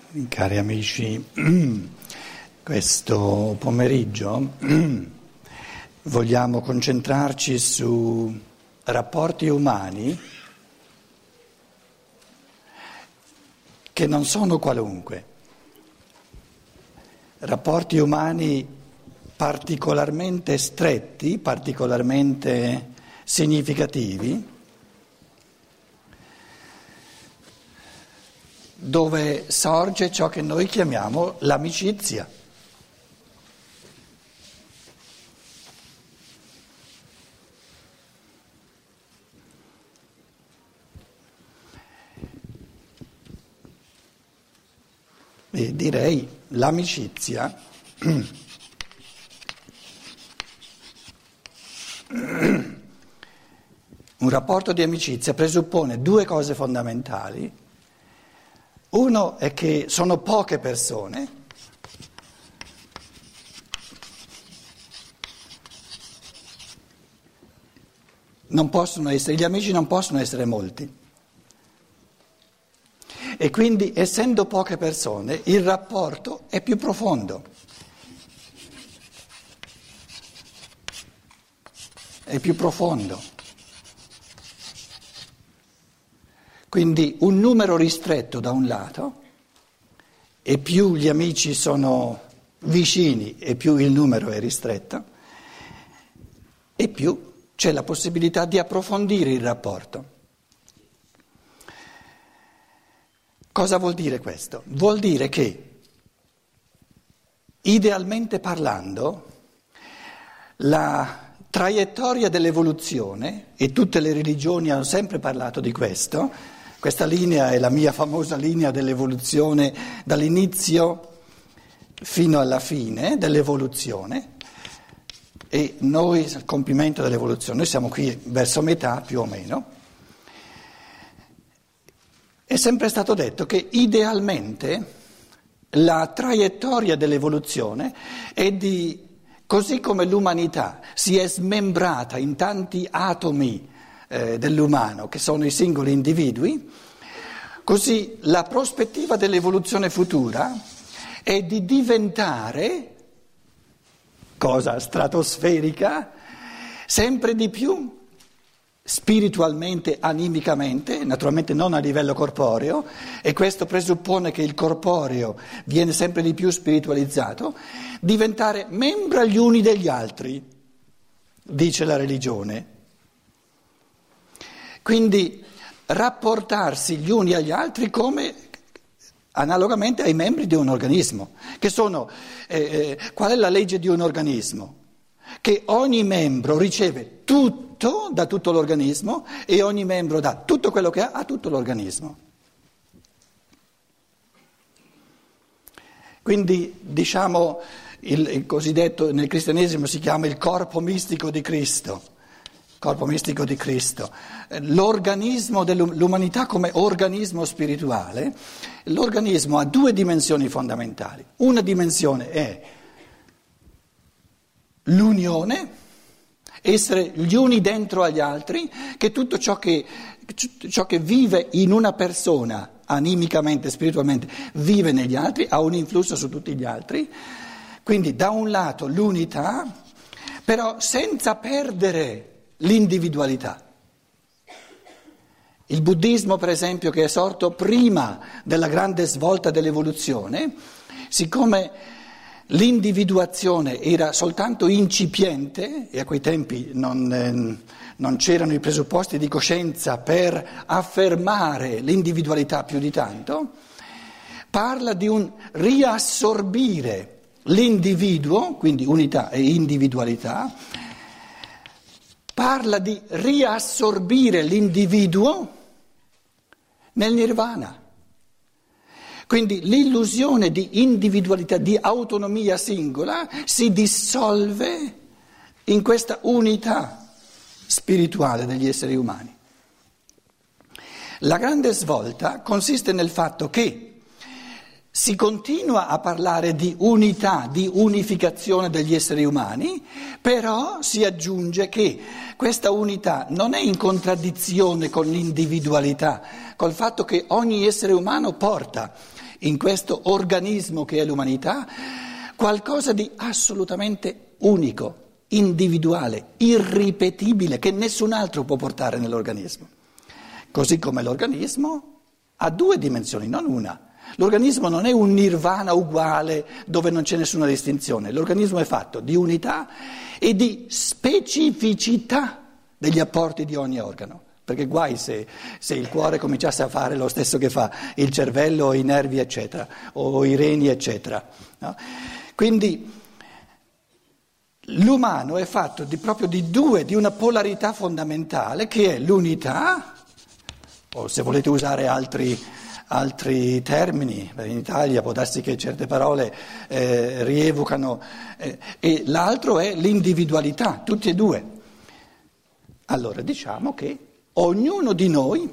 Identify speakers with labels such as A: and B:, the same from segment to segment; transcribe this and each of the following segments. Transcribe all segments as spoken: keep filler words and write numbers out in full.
A: Cari amici, questo pomeriggio vogliamo concentrarci su rapporti umani che non sono qualunque, rapporti umani particolarmente stretti, particolarmente significativi, dove sorge ciò che noi chiamiamo l'amicizia. E direi l'amicizia un rapporto di amicizia presuppone due cose fondamentali. Uno è che sono poche persone, non possono essere, gli amici non possono essere molti. E quindi, essendo poche persone, il rapporto è più profondo. È più profondo. Quindi un numero ristretto da un lato, e più gli amici sono vicini e più il numero è ristretto, e più c'è la possibilità di approfondire il rapporto. Cosa vuol dire questo? Vuol dire che, idealmente parlando, la traiettoria dell'evoluzione, e tutte le religioni hanno sempre parlato di questo, questa linea è la mia famosa linea dell'evoluzione dall'inizio fino alla fine dell'evoluzione, e noi, il compimento dell'evoluzione, noi siamo qui verso metà più o meno. È sempre stato detto che idealmente la traiettoria dell'evoluzione è di, così come l'umanità si è smembrata in tanti atomi eh, dell'umano, che sono i singoli individui, così la prospettiva dell'evoluzione futura è di diventare, cosa stratosferica, sempre di più spiritualmente, animicamente, naturalmente non a livello corporeo, e questo presuppone che il corporeo viene sempre di più spiritualizzato, diventare membra gli uni degli altri, dice la religione. Quindi rapportarsi gli uni agli altri come analogamente ai membri di un organismo, che sono, eh, qual è la legge di un organismo? Che ogni membro riceve tutto da tutto l'organismo e ogni membro dà tutto quello che ha a tutto l'organismo. Quindi diciamo il, il cosiddetto, nel cristianesimo si chiama il corpo mistico di Cristo, corpo mistico di Cristo, l'organismo dell'umanità come organismo spirituale. L'organismo ha due dimensioni fondamentali. Una dimensione è l'unione, essere gli uni dentro agli altri, che tutto ciò che, ciò che vive in una persona, animicamente, spiritualmente, vive negli altri, ha un influsso su tutti gli altri. Quindi da un lato l'unità, però senza perdere l'individualità. Il buddismo, per esempio, che è sorto prima della grande svolta dell'evoluzione, siccome l'individuazione era soltanto incipiente, e a quei tempi non, eh, non c'erano i presupposti di coscienza per affermare l'individualità più di tanto, parla di un riassorbire l'individuo, quindi unità e individualità, parla di riassorbire l'individuo nel nirvana. Quindi l'illusione di individualità, di autonomia singola si dissolve in questa unità spirituale degli esseri umani. La grande svolta consiste nel fatto che si continua a parlare di unità, di unificazione degli esseri umani, però si aggiunge che questa unità non è in contraddizione con l'individualità, col fatto che ogni essere umano porta in questo organismo che è l'umanità, qualcosa di assolutamente unico, individuale, irripetibile, che nessun altro può portare nell'organismo. Così come l'organismo ha due dimensioni, non una. L'organismo non è un nirvana uguale dove non c'è nessuna distinzione. L'organismo è fatto di unità e di specificità degli apporti di ogni organo. Perché guai se, se il cuore cominciasse a fare lo stesso che fa il cervello, i nervi, eccetera, o i reni, eccetera. No? Quindi l'umano è fatto di, proprio di due, di una polarità fondamentale che è l'unità, o se volete usare altri, altri termini, in Italia può darsi che certe parole eh, rievocano, eh, e l'altro è l'individualità, tutti e due. Allora diciamo che ognuno di noi,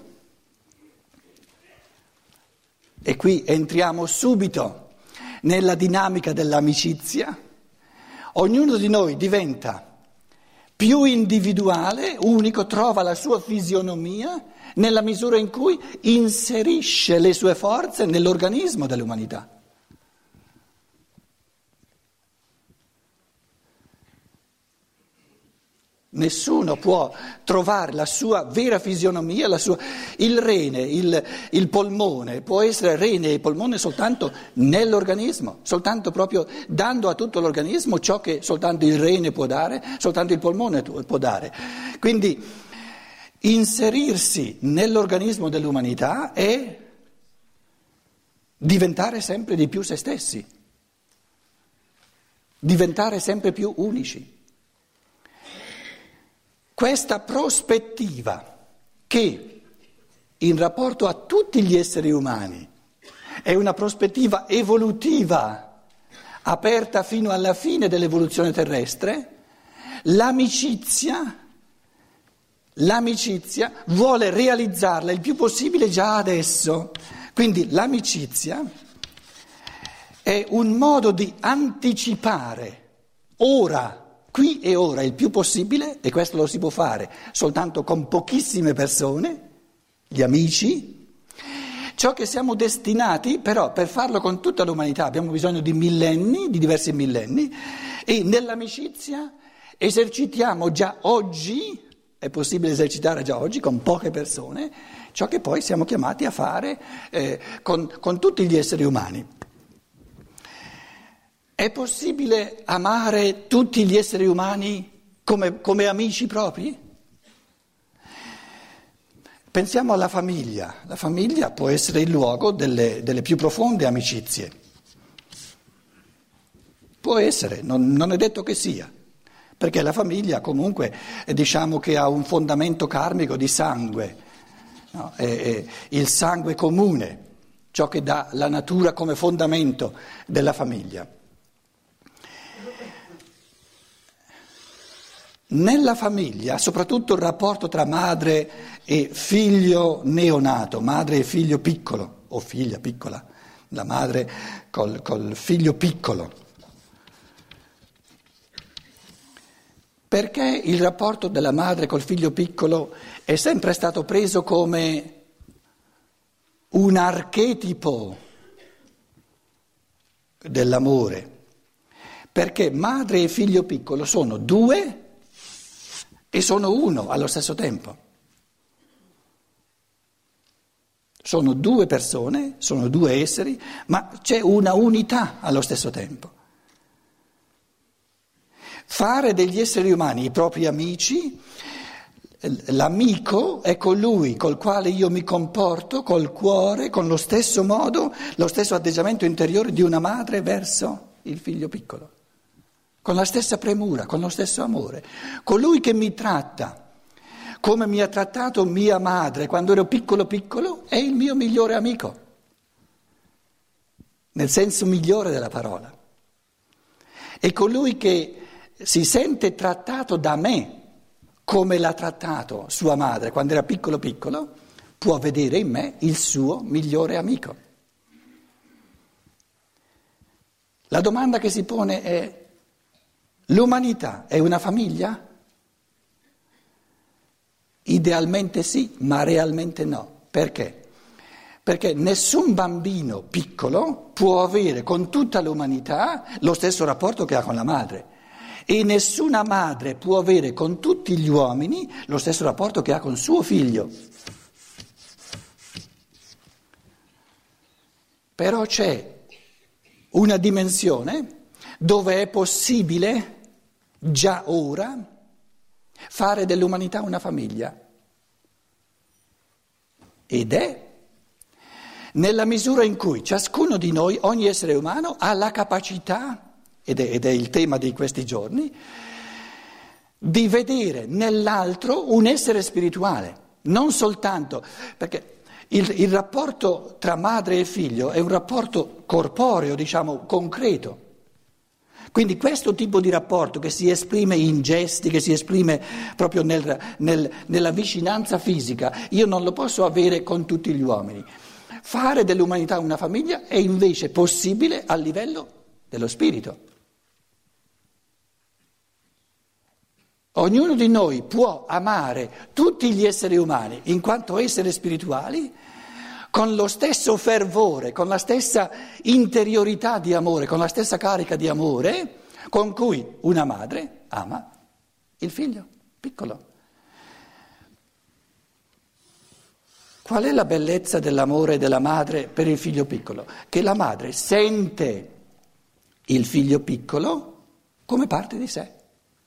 A: e qui entriamo subito nella dinamica dell'amicizia, ognuno di noi diventa più individuale, unico, trova la sua fisionomia nella misura in cui inserisce le sue forze nell'organismo dell'umanità. Nessuno può trovare la sua vera fisionomia, la sua, il rene, il, il polmone, può essere rene e polmone soltanto nell'organismo, soltanto proprio dando a tutto l'organismo ciò che soltanto il rene può dare, soltanto il polmone può dare. Quindi inserirsi nell'organismo dell'umanità è diventare sempre di più se stessi, diventare sempre più unici. Questa prospettiva che in rapporto a tutti gli esseri umani è una prospettiva evolutiva aperta fino alla fine dell'evoluzione terrestre, l'amicizia, l'amicizia vuole realizzarla il più possibile già adesso. Quindi l'amicizia è un modo di anticipare ora, qui e ora il più possibile, e questo lo si può fare soltanto con pochissime persone, gli amici, ciò che siamo destinati, però per farlo con tutta l'umanità abbiamo bisogno di millenni, di diversi millenni, e nell'amicizia esercitiamo già oggi, è possibile esercitare già oggi con poche persone, ciò che poi siamo chiamati a fare eh, con, con tutti gli esseri umani. È possibile amare tutti gli esseri umani come, come amici propri? Pensiamo alla famiglia. La famiglia può essere il luogo delle, delle più profonde amicizie. Può essere, non, non è detto che sia, perché la famiglia comunque eh, diciamo che ha un fondamento karmico di sangue, no? È, è il sangue comune, ciò che dà la natura come fondamento della famiglia. Nella famiglia, soprattutto il rapporto tra madre e figlio neonato, madre e figlio piccolo, o figlia piccola, la madre col, col figlio piccolo. Perché il rapporto della madre col figlio piccolo è sempre stato preso come un archetipo dell'amore? Perché madre e figlio piccolo sono due e sono uno allo stesso tempo. Sono due persone, sono due esseri, ma c'è una unità allo stesso tempo. Fare degli esseri umani i propri amici, l'amico è colui col quale io mi comporto col cuore, con lo stesso modo, lo stesso atteggiamento interiore di una madre verso il figlio piccolo. Con la stessa premura, con lo stesso amore. Colui che mi tratta come mi ha trattato mia madre quando ero piccolo piccolo è il mio migliore amico, nel senso migliore della parola. E colui che si sente trattato da me come l'ha trattato sua madre quando era piccolo piccolo, può vedere in me il suo migliore amico. La domanda che si pone è: l'umanità è una famiglia? Idealmente sì, ma realmente no. Perché? Perché nessun bambino piccolo può avere con tutta l'umanità lo stesso rapporto che ha con la madre e nessuna madre può avere con tutti gli uomini lo stesso rapporto che ha con suo figlio. Però c'è una dimensione dove è possibile già ora fare dell'umanità una famiglia ed è nella misura in cui ciascuno di noi, ogni essere umano, ha la capacità, ed è, ed è il tema di questi giorni, di vedere nell'altro un essere spirituale, non soltanto, perché il, il rapporto tra madre e figlio è un rapporto corporeo, diciamo, concreto. Quindi questo tipo di rapporto che si esprime in gesti, che si esprime proprio nel, nel, nella vicinanza fisica, io non lo posso avere con tutti gli uomini. Fare dell'umanità una famiglia è invece possibile a livello dello spirito. Ognuno di noi può amare tutti gli esseri umani in quanto esseri spirituali con lo stesso fervore, con la stessa interiorità di amore, con la stessa carica di amore con cui una madre ama il figlio piccolo. Qual è la bellezza dell'amore della madre per il figlio piccolo? Che la madre sente il figlio piccolo come parte di sé.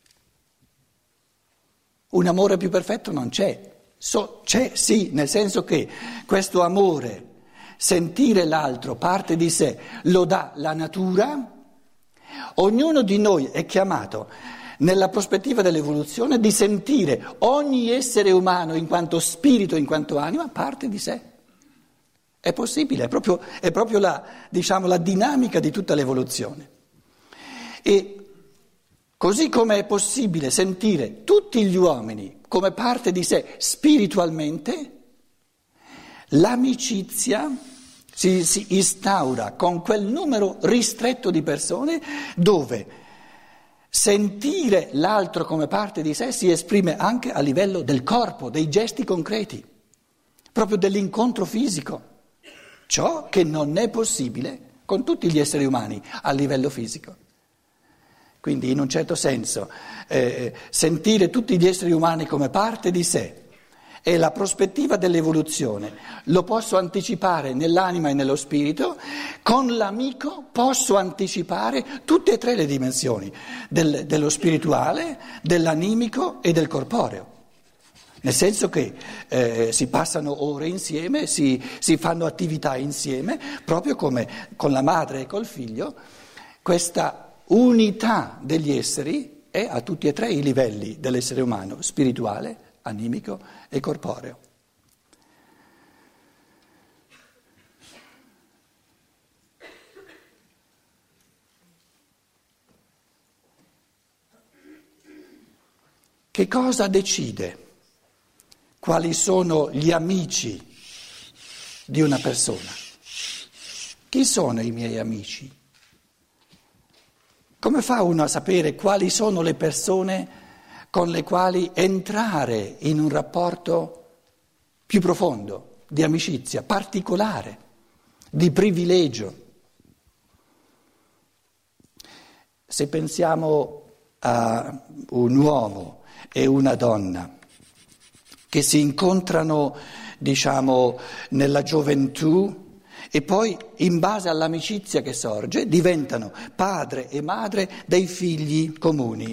A: Un amore più perfetto non c'è. So, c'è sì, nel senso che questo amore, sentire l'altro parte di sé, lo dà la natura. Ognuno di noi è chiamato, nella prospettiva dell'evoluzione, di sentire ogni essere umano in quanto spirito, in quanto anima, parte di sé. È possibile, è proprio, è proprio la, diciamo, la dinamica di tutta l'evoluzione. E così come è possibile sentire tutti gli uomini come parte di sé spiritualmente, l'amicizia si, si instaura con quel numero ristretto di persone dove sentire l'altro come parte di sé si esprime anche a livello del corpo, dei gesti concreti, proprio dell'incontro fisico, ciò che non è possibile con tutti gli esseri umani a livello fisico. Quindi in un certo senso eh, sentire tutti gli esseri umani come parte di sé è la prospettiva dell'evoluzione, lo posso anticipare nell'anima e nello spirito, con l'amico posso anticipare tutte e tre le dimensioni, del, dello spirituale, dell'animico e del corporeo. Nel senso che eh, si passano ore insieme, si, si fanno attività insieme, proprio come con la madre e col figlio, questa unità degli esseri è a tutti e tre i livelli dell'essere umano, spirituale, animico e corporeo. Che cosa decide? Quali sono gli amici di una persona? Chi sono i miei amici? Come fa uno a sapere quali sono le persone con le quali entrare in un rapporto più profondo, di amicizia, particolare, di privilegio? Se pensiamo a un uomo e una donna che si incontrano, diciamo, nella gioventù, e poi, in base all'amicizia che sorge, diventano padre e madre dei figli comuni.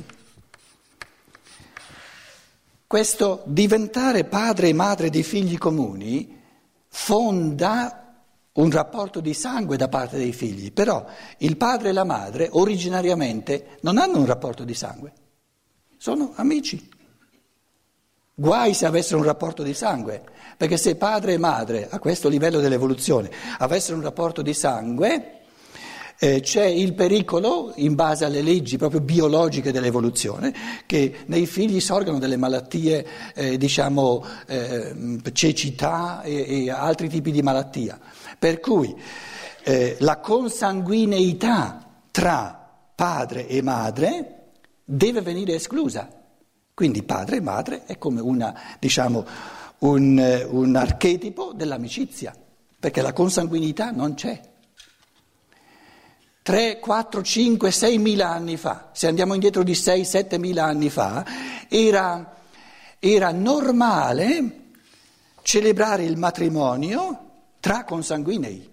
A: Questo diventare padre e madre dei figli comuni fonda un rapporto di sangue da parte dei figli, però il padre e la madre originariamente non hanno un rapporto di sangue, sono amici. Guai se avessero un rapporto di sangue, perché se padre e madre a questo livello dell'evoluzione avessero un rapporto di sangue, eh, c'è il pericolo, in base alle leggi proprio biologiche dell'evoluzione, che nei figli sorgano delle malattie, eh, diciamo, eh, cecità e, e altri tipi di malattia. Per cui eh, la consanguineità tra padre e madre deve venire esclusa. Quindi padre e madre è come una, diciamo, un, un archetipo dell'amicizia, perché la consanguinità non c'è. tre, quattro, cinque, sei mila anni fa, se andiamo indietro di sei, sette mila anni fa, era, era normale celebrare il matrimonio tra consanguinei.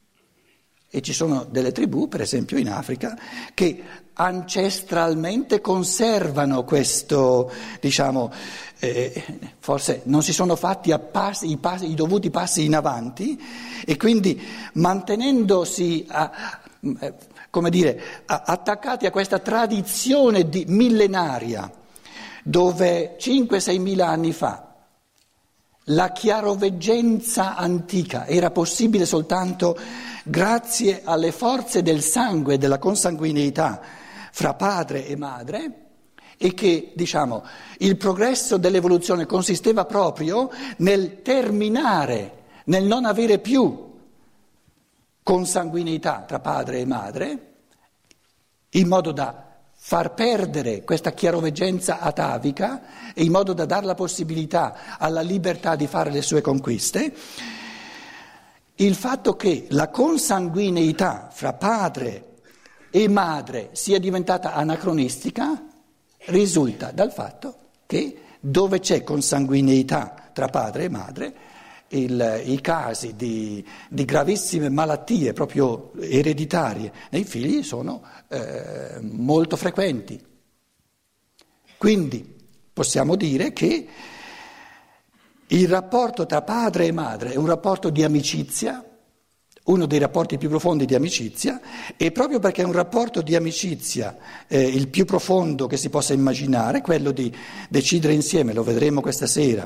A: E ci sono delle tribù, per esempio in Africa, che ancestralmente conservano questo, diciamo, eh, forse non si sono fatti a passi, i, passi, i dovuti passi in avanti e quindi mantenendosi, a, come dire, a, attaccati a questa tradizione di, millenaria, dove cinque sei mila anni fa la chiaroveggenza antica era possibile soltanto grazie alle forze del sangue e della consanguineità fra padre e madre, e che, diciamo, il progresso dell'evoluzione consisteva proprio nel terminare, nel non avere più consanguineità tra padre e madre, in modo da far perdere questa chiaroveggenza atavica e in modo da dare la possibilità alla libertà di fare le sue conquiste. Il fatto che la consanguineità fra padre e madre sia diventata anacronistica risulta dal fatto che dove c'è consanguineità tra padre e madre, il, i casi di, di gravissime malattie proprio ereditarie nei figli sono eh, molto frequenti. Quindi possiamo dire che il rapporto tra padre e madre è un rapporto di amicizia, uno dei rapporti più profondi di amicizia, e proprio perché è un rapporto di amicizia eh, il più profondo che si possa immaginare, quello di decidere insieme, lo vedremo questa sera,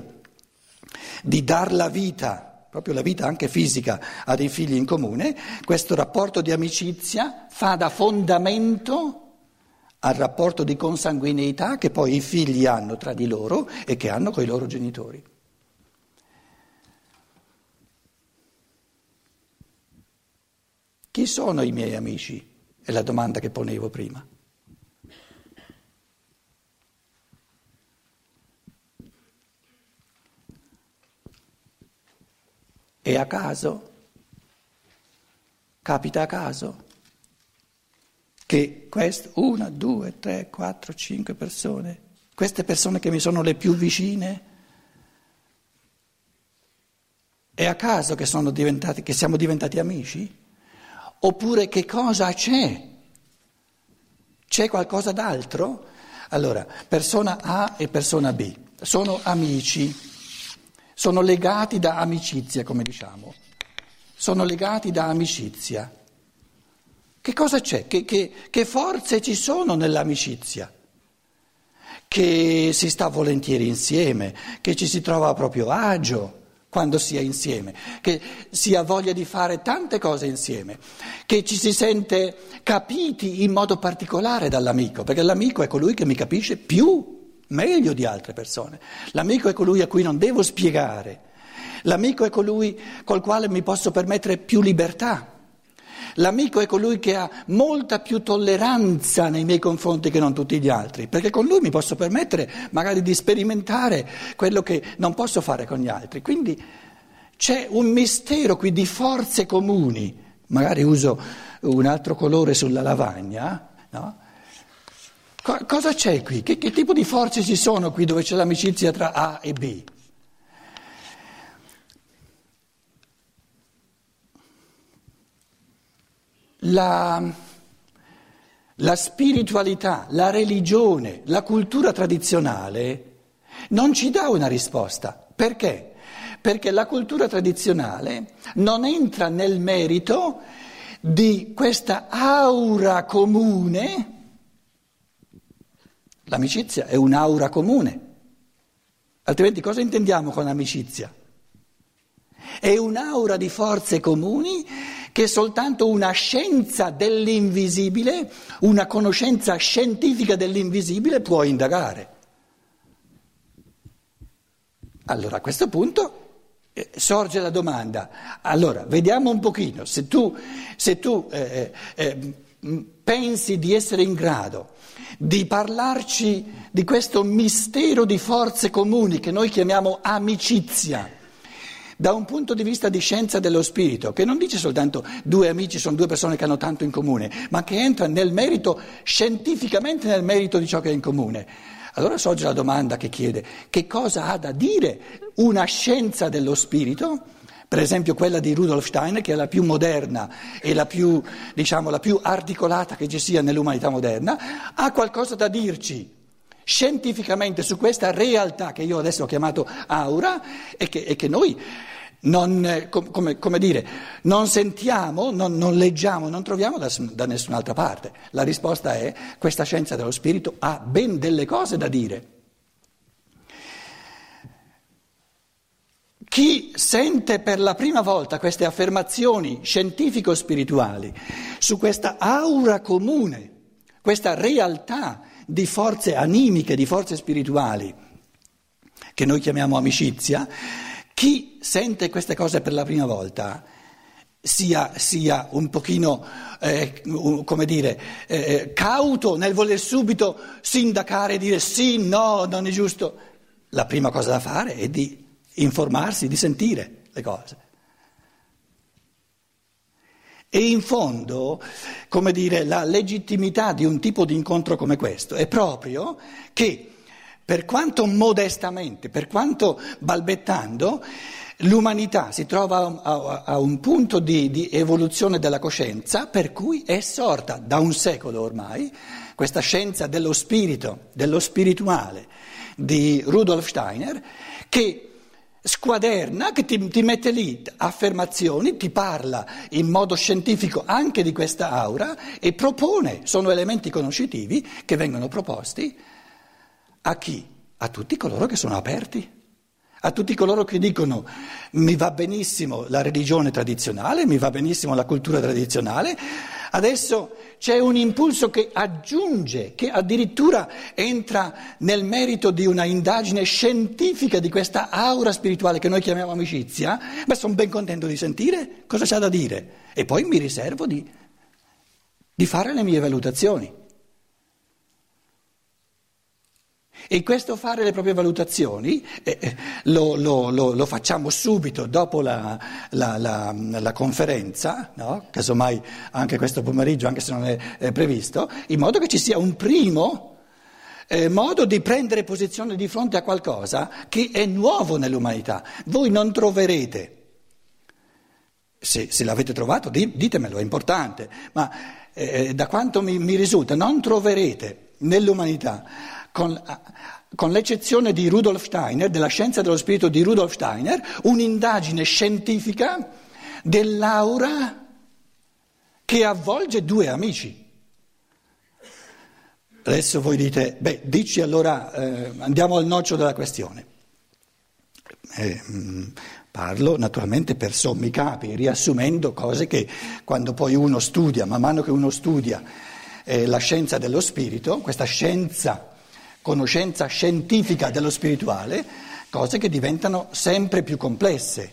A: di dar la vita, proprio la vita anche fisica, a dei figli in comune, questo rapporto di amicizia fa da fondamento al rapporto di consanguineità che poi i figli hanno tra di loro e che hanno coi loro genitori. Chi sono i miei amici? È la domanda che ponevo prima. E a caso? Capita a caso? Che queste, una, due, tre, quattro, cinque persone, queste persone che mi sono le più vicine, è a caso che, sono diventati, che siamo diventati amici? Oppure che cosa c'è? C'è qualcosa d'altro? Allora, persona A e persona B sono amici. Sono legati da amicizia, come diciamo, sono legati da amicizia. Che cosa c'è? Che, che, che forze ci sono nell'amicizia? Che si sta volentieri insieme, che ci si trova a proprio agio quando si è insieme, che si ha voglia di fare tante cose insieme, che ci si sente capiti in modo particolare dall'amico, perché l'amico è colui che mi capisce più. Meglio di altre persone. L'amico è colui a cui non devo spiegare. L'amico è colui col quale mi posso permettere più libertà. L'amico è colui che ha molta più tolleranza nei miei confronti che non tutti gli altri, perché con lui mi posso permettere magari di sperimentare quello che non posso fare con gli altri. Quindi c'è un mistero qui di forze comuni. Magari uso un altro colore sulla lavagna, no? Cosa c'è qui? Che, che tipo di forze ci sono qui dove c'è l'amicizia tra A e B? La, la spiritualità, la religione, la cultura tradizionale non ci dà una risposta. Perché? Perché la cultura tradizionale non entra nel merito di questa aura comune. L'amicizia è un'aura comune, altrimenti cosa intendiamo con amicizia? È un'aura di forze comuni che soltanto una scienza dell'invisibile, una conoscenza scientifica dell'invisibile può indagare. Allora a questo punto eh, sorge la domanda, allora vediamo un pochino, se tu, se tu eh, eh, pensi di essere in grado di parlarci di questo mistero di forze comuni che noi chiamiamo amicizia, da un punto di vista di scienza dello spirito, che non dice soltanto due amici sono due persone che hanno tanto in comune, ma che entra nel merito, scientificamente nel merito di ciò che è in comune. Allora sorge la domanda che chiede: che cosa ha da dire una scienza dello spirito, per esempio quella di Rudolf Steiner, che è la più moderna e la più, diciamo, la più articolata che ci sia nell'umanità moderna, ha qualcosa da dirci scientificamente su questa realtà che io adesso ho chiamato aura e che, e che noi non, come, come dire, non sentiamo, non, non leggiamo, non troviamo da, da nessun'altra parte. La risposta è: questa scienza dello spirito ha ben delle cose da dire. Chi sente per la prima volta queste affermazioni scientifico-spirituali su questa aura comune, questa realtà di forze animiche, di forze spirituali, che noi chiamiamo amicizia, chi sente queste cose per la prima volta sia, sia un pochino, eh, come dire, eh, cauto nel voler subito sindacare e dire sì, no, non è giusto. La prima cosa da fare è di informarsi, di sentire le cose. E in fondo, come dire, la legittimità di un tipo di incontro come questo è proprio che, per quanto modestamente, per quanto balbettando, l'umanità si trova a, a, a un punto di, di evoluzione della coscienza per cui è sorta da un secolo ormai questa scienza dello spirito, dello spirituale di Rudolf Steiner, che squaderna, che ti, ti mette lì affermazioni, ti parla in modo scientifico anche di questa aura e propone, sono elementi conoscitivi che vengono proposti a chi? A tutti coloro che sono aperti, a tutti coloro che dicono mi va benissimo la religione tradizionale, mi va benissimo la cultura tradizionale, adesso c'è un impulso che aggiunge, che addirittura entra nel merito di una indagine scientifica di questa aura spirituale che noi chiamiamo amicizia. Beh, sono ben contento di sentire cosa c'ha da dire e poi mi riservo di, di fare le mie valutazioni. E questo fare le proprie valutazioni eh, lo, lo, lo, lo facciamo subito dopo la, la, la, la conferenza, no? Casomai anche questo pomeriggio, anche se non è, è previsto, in modo che ci sia un primo eh, modo di prendere posizione di fronte a qualcosa che è nuovo nell'umanità. Voi non troverete, se, se l'avete trovato di, ditemelo, è importante, ma eh, da quanto mi, mi risulta non troverete nell'umanità, Con, con l'eccezione di Rudolf Steiner, della scienza dello spirito di Rudolf Steiner, un'indagine scientifica dell'aura che avvolge due amici. Adesso voi dite, beh, dici allora, eh, andiamo al nocciolo della questione. Eh, mh, parlo naturalmente per sommi capi, riassumendo cose che quando poi uno studia, man mano che uno studia eh, la scienza dello spirito, questa scienza conoscenza scientifica dello spirituale, cose che diventano sempre più complesse.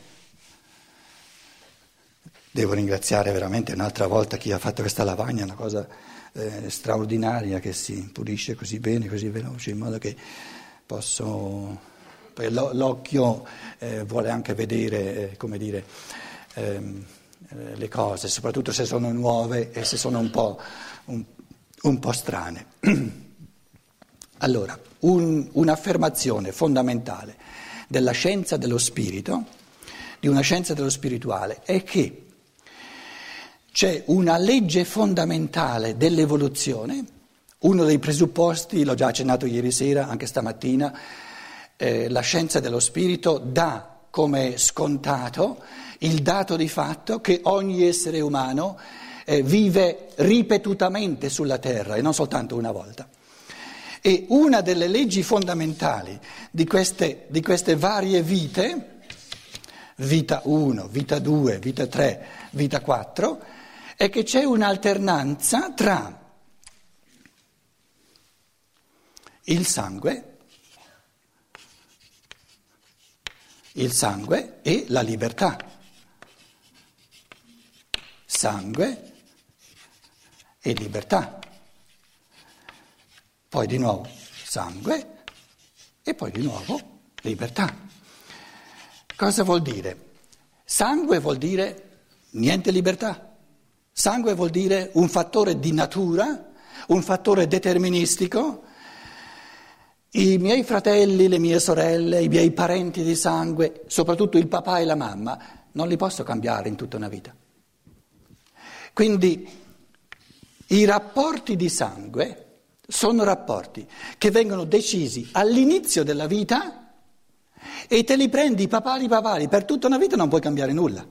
A: Devo ringraziare veramente un'altra volta chi ha fatto questa lavagna, una cosa eh, straordinaria che si pulisce così bene, così veloce, in modo che posso... L'occhio eh, vuole anche vedere, eh, come dire, ehm, eh, le cose, soprattutto se sono nuove e se sono un po', un, un po' strane. Allora, un, un'affermazione fondamentale della scienza dello spirito, di una scienza dello spirituale, è che c'è una legge fondamentale dell'evoluzione, uno dei presupposti, l'ho già accennato ieri sera, anche stamattina, eh, la scienza dello spirito dà come scontato il dato di fatto che ogni essere umano eh, vive ripetutamente sulla terra e non soltanto una volta. E una delle leggi fondamentali di queste, di queste varie vite, vita uno, vita due, vita tre, vita quattro, è che c'è un'alternanza tra il sangue, il sangue e la libertà. Sangue e libertà. Poi di nuovo sangue e poi di nuovo libertà. Cosa vuol dire? Sangue vuol dire niente libertà. Sangue vuol dire un fattore di natura, un fattore deterministico. I miei fratelli, le mie sorelle, i miei parenti di sangue, soprattutto il papà e la mamma, non li posso cambiare in tutta una vita. Quindi i rapporti di sangue sono rapporti che vengono decisi all'inizio della vita e te li prendi papali papali, per tutta una vita non puoi cambiare nulla.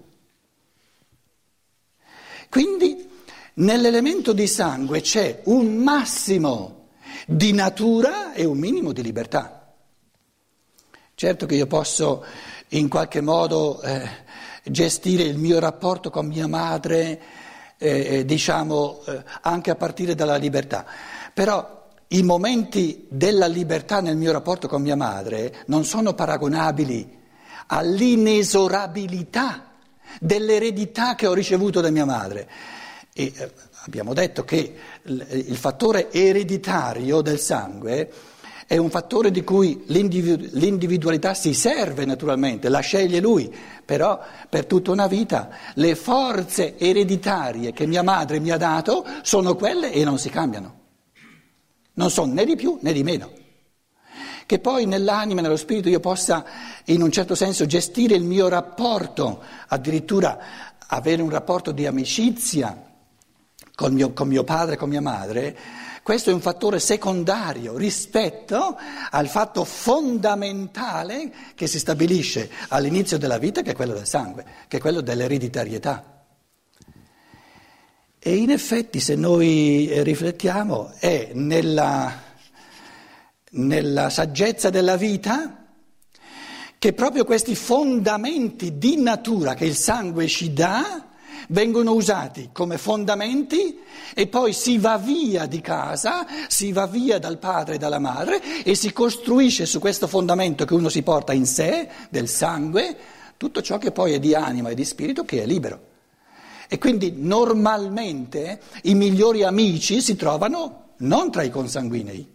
A: Quindi nell'elemento di sangue c'è un massimo di natura e un minimo di libertà. Certo che io posso in qualche modo eh, gestire il mio rapporto con mia madre, eh, diciamo eh, anche a partire dalla libertà, però i momenti della libertà nel mio rapporto con mia madre non sono paragonabili all'inesorabilità dell'eredità che ho ricevuto da mia madre. E eh, abbiamo detto che il, il fattore ereditario del sangue è un fattore di cui l'individu- l'individualità si serve naturalmente, la sceglie lui, però per tutta una vita le forze ereditarie che mia madre mi ha dato sono quelle e non si cambiano, non sono né di più né di meno. Che poi nell'anima, nello spirito io possa in un certo senso gestire il mio rapporto, addirittura avere un rapporto di amicizia con mio, con mio padre e con mia madre, questo è un fattore secondario rispetto al fatto fondamentale che si stabilisce all'inizio della vita, che è quello del sangue, che è quello dell'ereditarietà. E in effetti, se noi riflettiamo, è nella, nella saggezza della vita che proprio questi fondamenti di natura che il sangue ci dà vengono usati come fondamenti e poi si va via di casa, si va via dal padre e dalla madre e si costruisce su questo fondamento che uno si porta in sé, del sangue, tutto ciò che poi è di anima e di spirito che è libero. E quindi normalmente i migliori amici si trovano non tra i consanguinei,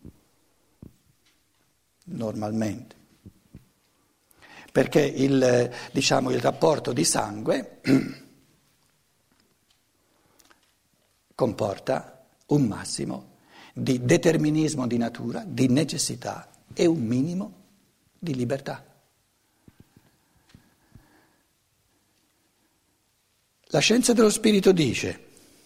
A: normalmente, perché il, diciamo, il rapporto di sangue comporta un massimo di determinismo di natura, di necessità e un minimo di libertà. La scienza dello spirito dice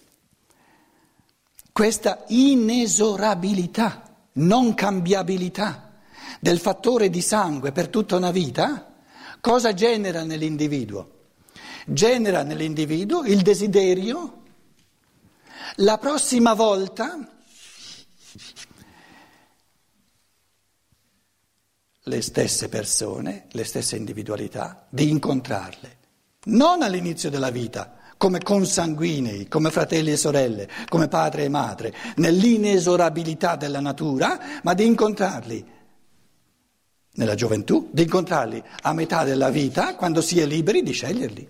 A: questa inesorabilità, non cambiabilità del fattore di sangue per tutta una vita, cosa genera nell'individuo? Genera nell'individuo il desiderio la prossima volta le stesse persone, le stesse individualità, di incontrarle, non all'inizio della vita, come consanguinei, come fratelli e sorelle, come padre e madre, nell'inesorabilità della natura, ma di incontrarli nella gioventù, di incontrarli a metà della vita, quando si è liberi di sceglierli.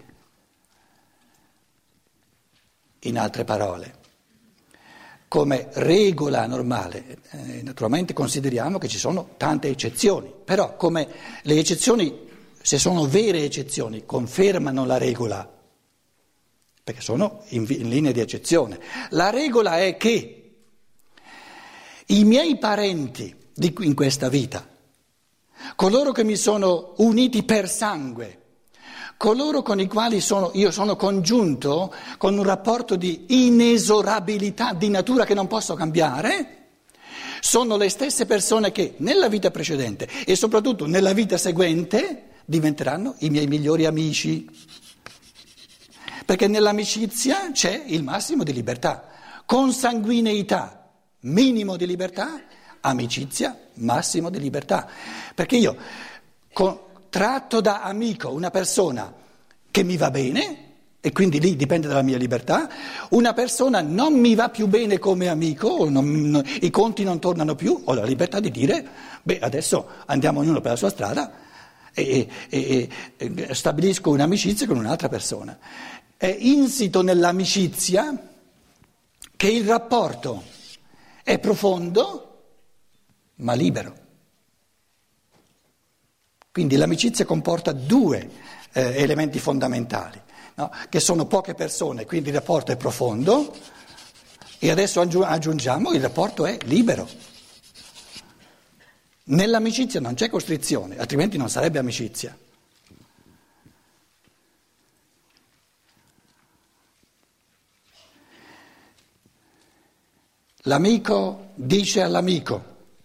A: In altre parole, come regola normale, eh, naturalmente consideriamo che ci sono tante eccezioni, però come le eccezioni, se sono vere eccezioni, confermano la regola, perché sono in, in linea di eccezione. La regola è che i miei parenti di, in questa vita, coloro che mi sono uniti per sangue, coloro con i quali sono, io sono congiunto con un rapporto di inesorabilità di natura che non posso cambiare, sono le stesse persone che nella vita precedente e soprattutto nella vita seguente diventeranno i miei migliori amici. Perché nell'amicizia c'è il massimo di libertà, consanguineità, minimo di libertà, amicizia, massimo di libertà. Perché io con, tratto da amico una persona che mi va bene, e quindi lì dipende dalla mia libertà, una persona non mi va più bene come amico, non, non, i conti non tornano più, ho la libertà di dire, beh adesso andiamo ognuno per la sua strada e, e, e stabilisco un'amicizia con un'altra persona. È insito nell'amicizia che il rapporto è profondo ma libero. Quindi l'amicizia comporta due eh, elementi fondamentali, no? Che sono poche persone, quindi il rapporto è profondo e adesso aggiungiamo il rapporto è libero. Nell'amicizia non c'è costrizione, altrimenti non sarebbe amicizia. L'amico dice all'amico: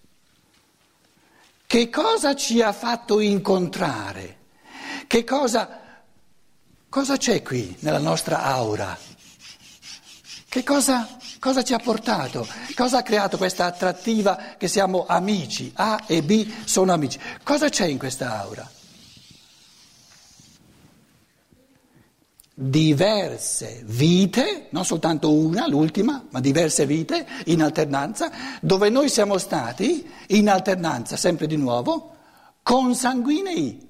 A: che cosa ci ha fatto incontrare? Che cosa, cosa c'è qui nella nostra aura? Che cosa, cosa ci ha portato? Cosa ha creato questa attrattiva che siamo amici? A e B sono amici. Cosa c'è in questa aura? Diverse vite, non soltanto una, l'ultima, ma diverse vite in alternanza, dove noi siamo stati in alternanza, sempre di nuovo, consanguinei.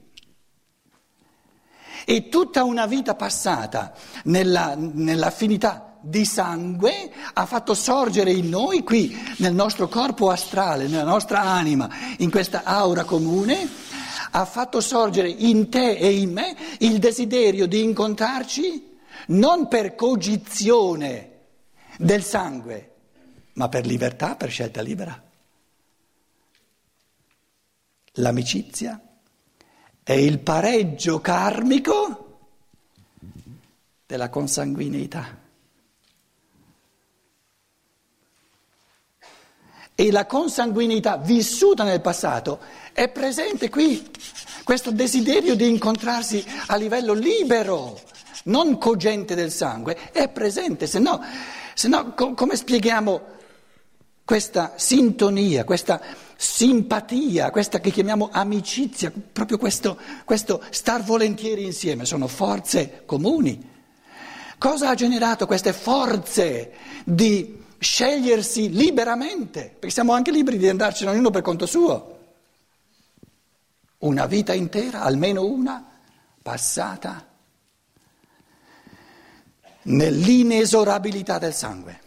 A: E tutta una vita passata nella, nell'affinità di sangue ha fatto sorgere in noi, qui nel nostro corpo astrale, nella nostra anima, in questa aura comune, ha fatto sorgere in te e in me il desiderio di incontrarci non per cogizione del sangue, ma per libertà, per scelta libera. L'amicizia è il pareggio karmico della consanguineità. E la consanguinità vissuta nel passato è presente qui, questo desiderio di incontrarsi a livello libero, non cogente del sangue, è presente, se no, se no com- come spieghiamo questa sintonia, questa simpatia, questa che chiamiamo amicizia, proprio questo, questo star volentieri insieme, sono forze comuni. Cosa ha generato queste forze di scegliersi liberamente, perché siamo anche liberi di andarcene ognuno per conto suo. Una vita intera, almeno una, passata nell'inesorabilità del sangue.